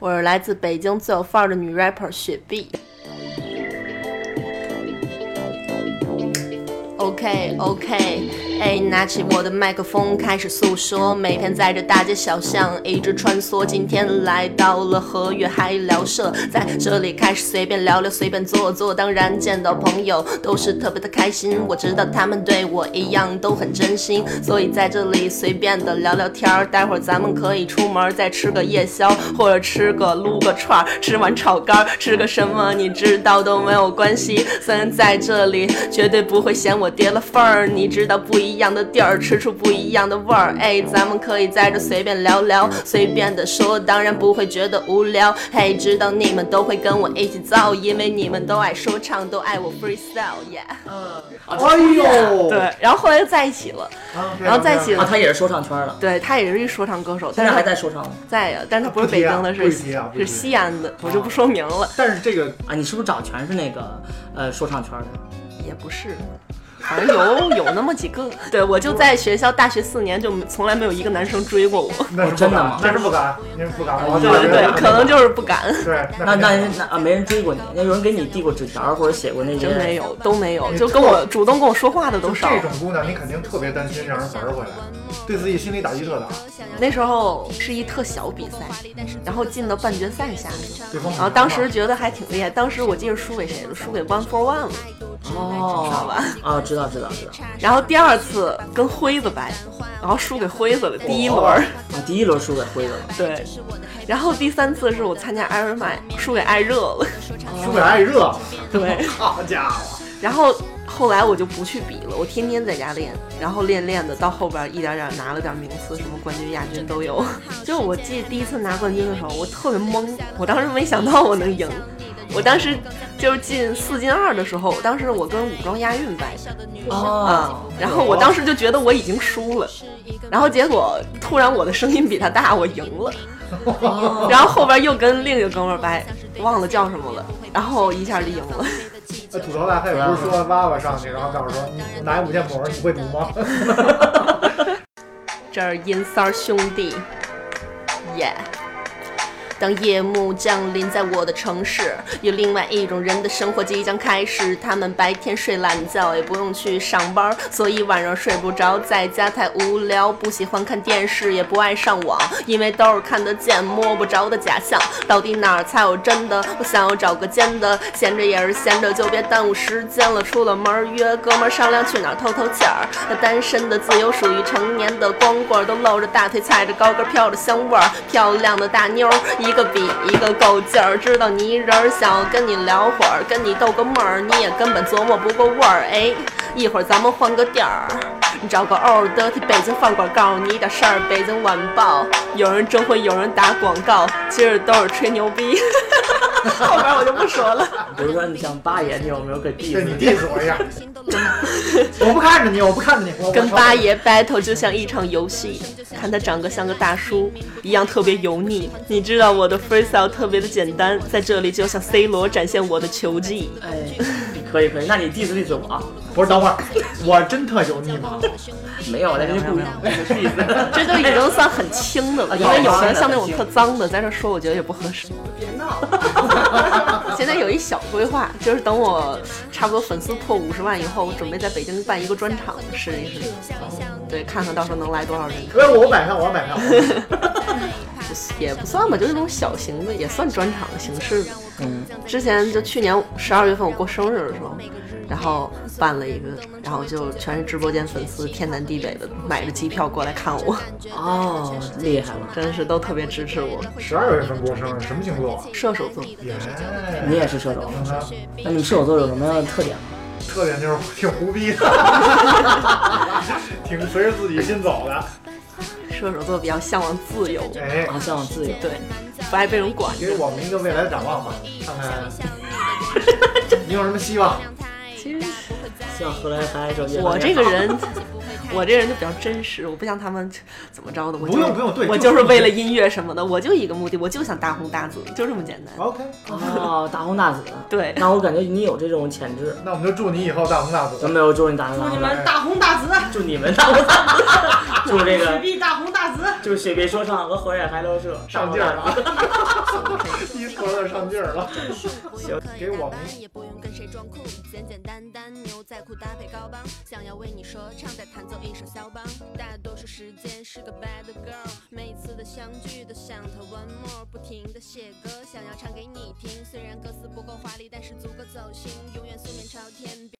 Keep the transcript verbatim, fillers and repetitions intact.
我是来自北京最有范儿的女 rapper 雪碧。OK OK， 哎，拿起我的麦克风开始诉说，每天在这大街小巷一直穿梭。今天来到了和悦嗨聊社，在这里开始随便聊聊，随便做做。当然见到朋友都是特别的开心，我知道他们对我一样都很真心，所以在这里随便的聊聊天。待会儿咱们可以出门再吃个夜宵，或者吃个撸个串，吃完炒肝，吃个什么你知道都没有关系。虽然在这里绝对不会嫌我跌了份儿，你知道不一样的地儿吃出不一样的味儿。哎，咱们可以在这随便聊聊，随便的说，当然不会觉得无聊。嘿，知道你们都会跟我一起造，因为你们都爱说唱，都爱我 freestyle yeah。 嗯，哎呦， 对，然后后来就在一起了， 啊、 然后在一起了、 啊、他也是说唱圈的， 对，他也是一说唱歌手， 现在还在说唱吗？ 在呀，但是他不是北京的，是是西安的，我就不说名了。 但是这个啊，你是不是找全是那个呃说唱圈的？ 也不是。反正有有那么几个，对，我就在学校大学四年就从来没有一个男生追过我。 那是真的吗？ 那是不敢，那是不敢。 对对对，可能就是不敢。 对， 那那那啊，没人追过你？那有人给你递过纸条或者写过那些？ 真没有，都没有，就跟我主动跟我说话的都少。 这种姑娘，你肯定特别担心让人玩回来，对自己心理打击特大。 那时候是一特小比赛，然后进到半决赛下去， 然后当时觉得还挺厉害。当时我记得输给谁了？输给 One for One 了。 哦， 知道吧？ 啊，知道知道知道。 然后第二次跟辉子掰，然后输给辉子了，第一轮。 啊，第一轮输给辉子了。 对。然后第三次是我参加艾瑞麦，输给艾热了。 输给艾热。 对。 好家伙。 然后后来我就不去比了，我天天在家练，然后练练的，到后边一点点拿了点名次，什么冠军、亚军都有。就我记得第一次拿冠军的时候，我特别懵，我当时没想到我能赢。我当时就是进四进二的时候，当时我跟武装亚运掰， 哦、 嗯，然后我当时就觉得我已经输了，然后结果突然我的声音比他大，我赢了，哦、然后后边又跟另一个哥们儿掰，忘了叫什么了，然后一下就赢了。 吐槽大会不是说娃娃上去，然后到时候说你拿五件谱，你会读吗？ 这儿银三兄弟，耶、yeah。当夜幕降临在我的城市，有另外一种人的生活即将开始。他们白天睡懒觉，也不用去上班，所以晚上睡不着，在家太无聊，不喜欢看电视，也不爱上网，因为都是看得见摸不着的假象。到底哪儿才有真的？我想要找个尖的，闲着也是闲着，就别耽误时间了。出了门约哥们商量去哪儿透透气儿。那单身的、自由属于成年的光棍都露着大腿，踩着高跟飘着香味儿。漂亮的大妞一个比一个够劲儿，知道你一人想要跟你聊会儿，跟你逗个闷儿，你也根本琢磨不过味儿。哎，一会儿咱们换个地儿，找个偶尔的替北京饭馆告诉你点事儿。北京晚报有人征婚，有人打广告，其实都是吹牛逼。后边我就不说了。 比如说你像八爷，你有没有给 diss？ 对，你 diss 我一下。我不看着你，我不看着你。 跟八爷 battle 就像一场游戏，看他长得像个大叔一样特别油腻。你知道我的 freestyle 特别的简单，在这里就像 C 罗展现我的球技。 哎，可以可以，那你 diss diss 我。 不是，等会儿，我真特油腻吗？ 没有，那就不这就已经算很轻的了，因为有的像那种特脏的，在这说我觉得也不合适。 别闹。 现在有一小规划，就是等我差不多粉丝破五十万以后，我准备在北京办一个专场试一试，对，看看到时候能来多少人。 哎，我买票，我买票。 也不算吧，就是那种小型的，也算专场的形式。 嗯， 之前就去年十二月份我过生日的时候，然后办了一个，然后就全是直播间粉丝，天南地北的买着机票过来看我。 哦，厉害了， 真是都特别支持我。 十二月份过生日，什么星座啊？ 射手座。 耶， 你也是射手。 嗯、 那你射手座有什么样的特点吗？ 特点就是挺胡逼的，挺随着自己心走的。 射手座比较向往自由， 哎， 啊，向往自由， 对，不爱被人管。 给我们一个未来的展望吧，看看你有什么希望。 其实希望后来还是我这个人，我这人就比较真实，我不像他们怎么着的。我不用不用，对， 我就是为了音乐什么的，我就一个目的，我就想大红大紫，就这么简单。 OK， 哦，大红大紫， 对。 那我感觉你有这种潜质。 那我们就祝你以后大红大紫。 真没有祝你大红大紫。 祝你们大红大紫。 祝你们大红大紫。祝这个雪碧大红大紫。 祝雪碧说唱和和悦嗨乐社上劲儿了。 上劲儿了。 行， 给我们也不用跟谁装酷，简简单单牛仔裤搭配高帮，想要为你说唱，再弹奏一首肖邦。大多数时间是个 bad girl， 每次的相聚都像头 one more， 不停的写歌，想要唱给你听。虽然歌词不够华丽，但是足够走心，永远素面朝天。